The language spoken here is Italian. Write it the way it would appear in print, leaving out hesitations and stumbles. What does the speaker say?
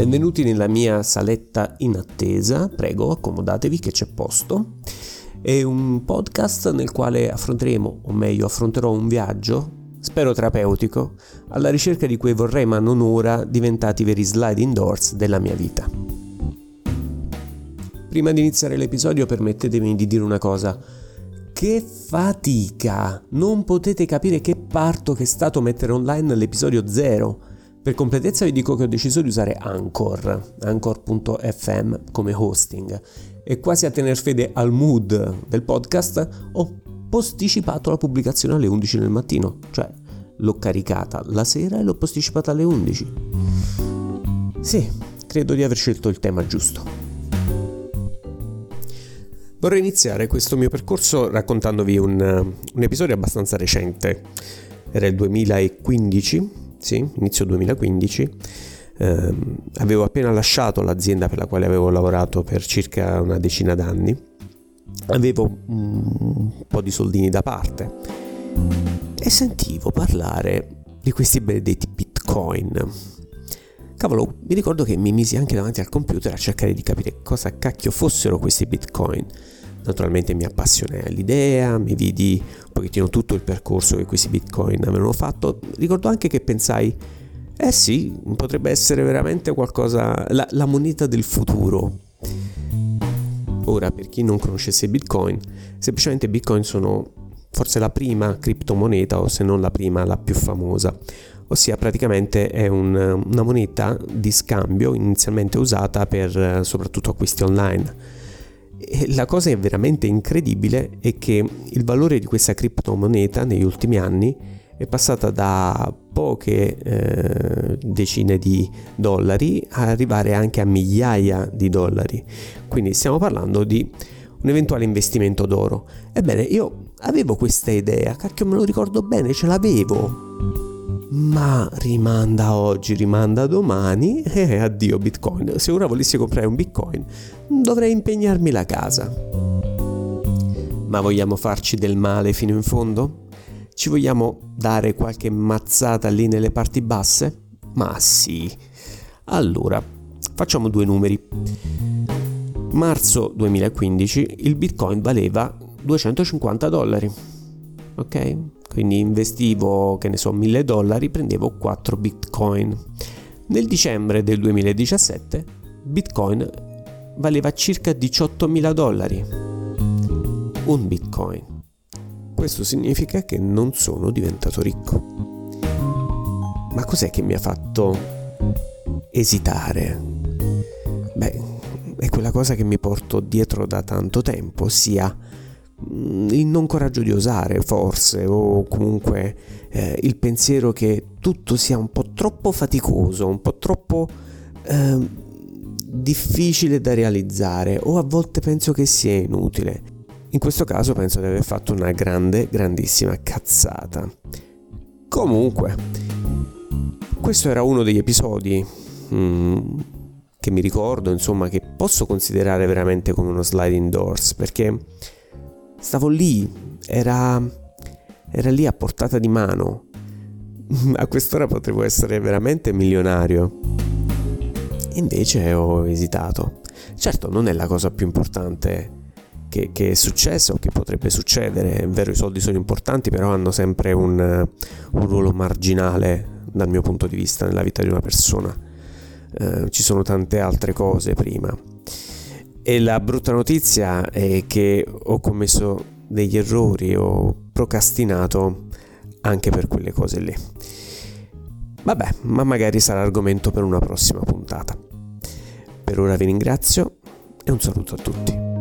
Benvenuti nella mia saletta in attesa, prego accomodatevi che c'è posto. È un podcast nel quale affronterò un viaggio, spero terapeutico, alla ricerca di quei vorrei ma non ora diventati veri sliding doors della mia vita. Prima di iniziare l'episodio permettetemi di dire una cosa. Che fatica! Non potete capire che parto che è stato mettere online l'episodio 0. Per completezza vi dico che ho deciso di usare Anchor.fm come hosting e quasi a tener fede al mood del podcast ho posticipato la pubblicazione alle 11 del mattino, cioè l'ho caricata la sera e l'ho posticipata alle 11. Sì, credo di aver scelto il tema giusto. Vorrei iniziare questo mio percorso raccontandovi un episodio abbastanza recente. Era il 2015. Sì, inizio 2015, avevo appena lasciato l'azienda per la quale avevo lavorato per circa una decina d'anni, avevo un po' di soldini da parte e sentivo parlare di questi benedetti Bitcoin. Cavolo, mi ricordo che mi misi anche davanti al computer a cercare di capire cosa cacchio fossero questi Bitcoin. Naturalmente mi appassionai all'idea, mi vidi un pochettino tutto il percorso che questi Bitcoin avevano fatto. Ricordo anche che pensai, sì, potrebbe essere veramente qualcosa, la moneta del futuro. Ora, per chi non conoscesse Bitcoin, semplicemente Bitcoin sono forse la prima criptomoneta, o se non la prima, la più famosa. Ossia praticamente è una moneta di scambio inizialmente usata per soprattutto acquisti online. E la cosa è veramente incredibile è che il valore di questa criptomoneta negli ultimi anni è passata da poche decine di dollari a arrivare anche a migliaia di dollari. Quindi stiamo parlando di un eventuale investimento d'oro. Ebbene, io avevo questa idea, cacchio me lo ricordo bene, ce l'avevo. Ma rimanda oggi, rimanda domani e addio Bitcoin. Se ora volessi comprare un Bitcoin dovrei impegnarmi la casa. Ma vogliamo farci del male fino in fondo? Ci vogliamo dare qualche mazzata lì nelle parti basse? Ma sì. Allora, facciamo due numeri. Marzo 2015 il Bitcoin valeva $250. Ok? Quindi investivo, $1.000, prendevo 4 Bitcoin. Nel dicembre del 2017 Bitcoin valeva circa $18.000. Un Bitcoin. Questo significa che non sono diventato ricco. Ma cos'è che mi ha fatto esitare? Beh, è quella cosa che mi porto dietro da tanto tempo, ossia il non coraggio di osare forse, o comunque il pensiero che tutto sia un po' troppo faticoso, un po' troppo difficile da realizzare, o a volte penso che sia inutile. In questo caso penso di aver fatto una grandissima cazzata. Comunque, questo era uno degli episodi che mi ricordo, insomma, che posso considerare veramente come uno sliding doors, perché stavo lì, era lì a portata di mano. A quest'ora potevo essere veramente milionario. Invece ho esitato. Certo, non è la cosa più importante che è successa o che potrebbe succedere. È vero, i soldi sono importanti, però hanno sempre un ruolo marginale dal mio punto di vista nella vita di una persona. Ci sono tante altre cose prima. E la brutta notizia è che ho commesso degli errori, ho procrastinato anche per quelle cose lì. Vabbè, ma magari sarà argomento per una prossima puntata. Per ora vi ringrazio e un saluto a tutti.